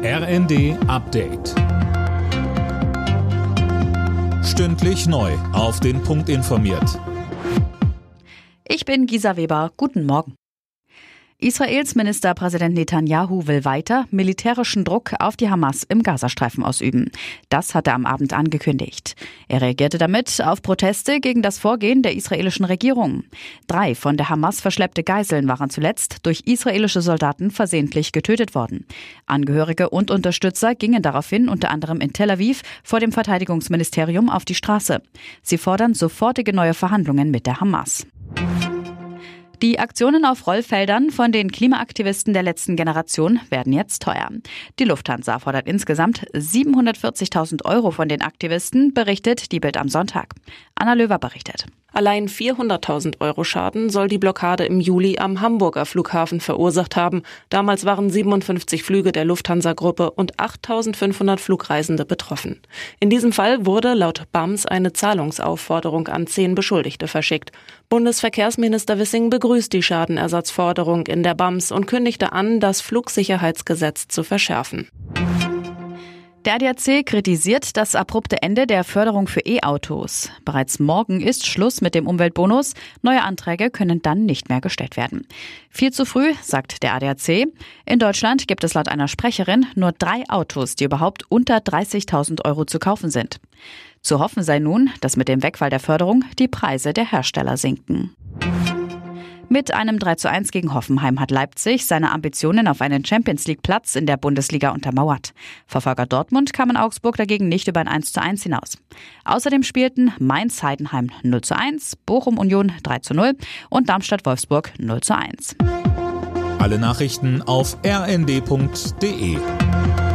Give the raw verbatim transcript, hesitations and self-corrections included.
R N D Update. Stündlich neu auf den Punkt informiert. Ich bin Gisa Weber. Guten Morgen. Israels Ministerpräsident Netanyahu will weiter militärischen Druck auf die Hamas im Gazastreifen ausüben. Das hat er am Abend angekündigt. Er reagierte damit auf Proteste gegen das Vorgehen der israelischen Regierung. Drei von der Hamas verschleppte Geiseln waren zuletzt durch israelische Soldaten versehentlich getötet worden. Angehörige und Unterstützer gingen daraufhin unter anderem in Tel Aviv vor dem Verteidigungsministerium auf die Straße. Sie fordern sofortige neue Verhandlungen mit der Hamas. Die Aktionen auf Rollfeldern von den Klimaaktivisten der letzten Generation werden jetzt teuer. Die Lufthansa fordert insgesamt siebenhundertvierzigtausend Euro von den Aktivisten, berichtet die Bild am Sonntag. Anna Löwer berichtet. Allein vierhunderttausend Euro Schaden soll die Blockade im Juli am Hamburger Flughafen verursacht haben. Damals waren siebenundfünfzig Flüge der Lufthansa-Gruppe und achttausendfünfhundert Flugreisende betroffen. In diesem Fall wurde laut B A M S eine Zahlungsaufforderung an zehn Beschuldigte verschickt. Bundesverkehrsminister Wissing begrüßt die Schadenersatzforderung in der B A M S und kündigte an, das Flugsicherheitsgesetz zu verschärfen. Der A D A C kritisiert das abrupte Ende der Förderung für E-Autos. Bereits morgen ist Schluss mit dem Umweltbonus. Neue Anträge können dann nicht mehr gestellt werden. Viel zu früh, sagt der A D A C. In Deutschland gibt es laut einer Sprecherin nur drei Autos, die überhaupt unter dreißigtausend Euro zu kaufen sind. Zu hoffen sei nun, dass mit dem Wegfall der Förderung die Preise der Hersteller sinken. Mit einem drei zu eins gegen Hoffenheim hat Leipzig seine Ambitionen auf einen Champions-League-Platz in der Bundesliga untermauert. Verfolger Dortmund kam in Augsburg dagegen nicht über ein eins zu eins hinaus. Außerdem spielten Mainz-Heidenheim null zu eins, Bochum-Union drei zu null und Darmstadt-Wolfsburg null zu eins. Alle Nachrichten auf r n d punkt d e.